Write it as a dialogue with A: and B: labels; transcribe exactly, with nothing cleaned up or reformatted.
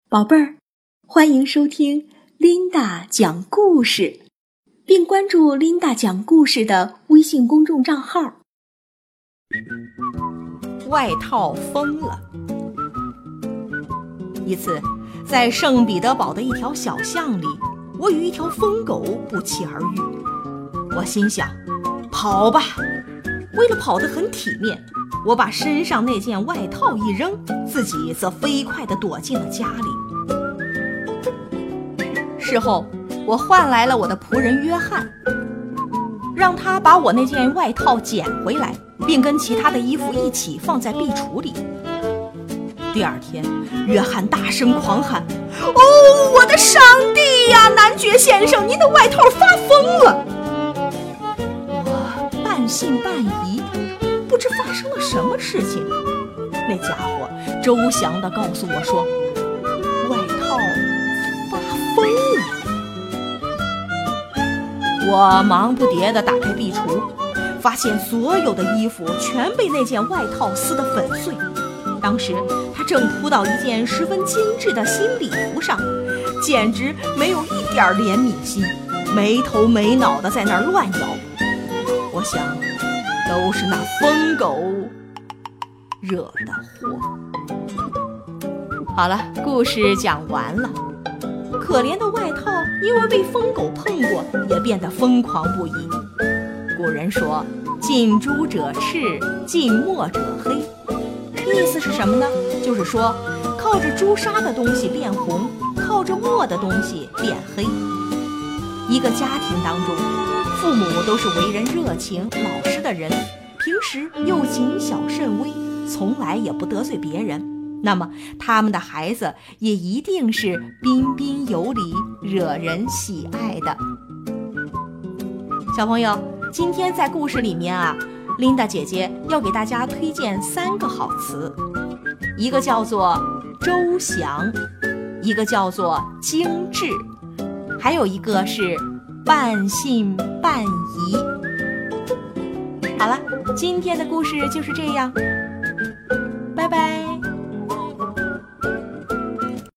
A: 宝贝儿，欢迎收听琳达讲故事，并关注琳达讲故事的微信公众账号。
B: 外套疯了。一次，在圣彼得堡的一条小巷里，我与一条疯狗不期而遇。我心想，跑吧！为了跑得很体面，我把身上那件外套一扔，自己则飞快地躲进了家里。事后，我换来了我的仆人约翰，让他把我那件外套捡回来，并跟其他的衣服一起放在壁橱里。第二天，约翰大声狂喊：“哦，我的上帝呀，男爵先生，您的外套发疯了！”我半信半疑，不知发生了什么事情。那家伙周详地告诉我说，外套发疯了。我忙不迭地打开壁橱，发现所有的衣服全被那件外套撕得粉碎。当时他正扑到一件十分精致的新礼服上，简直没有一点怜悯心，没头没脑地在那儿乱摇。我想，都是那疯狗惹的祸。好了，故事讲完了。可怜的外套因为被疯狗碰过，也变得疯狂不已。古人说，近朱者赤，近墨者黑。意思是什么呢？就是说，靠着朱砂的东西变红，靠着墨的东西变黑。一个家庭当中，父母都是为人热情老实的人，平时又谨小慎微，从来也不得罪别人，那么他们的孩子也一定是彬彬有礼，惹人喜爱的。小朋友，今天在故事里面啊，琳达姐姐要给大家推荐三个好词，一个叫做周详，一个叫做精致，还有一个是半信半疑。好了，今天的故事就是这样，拜拜。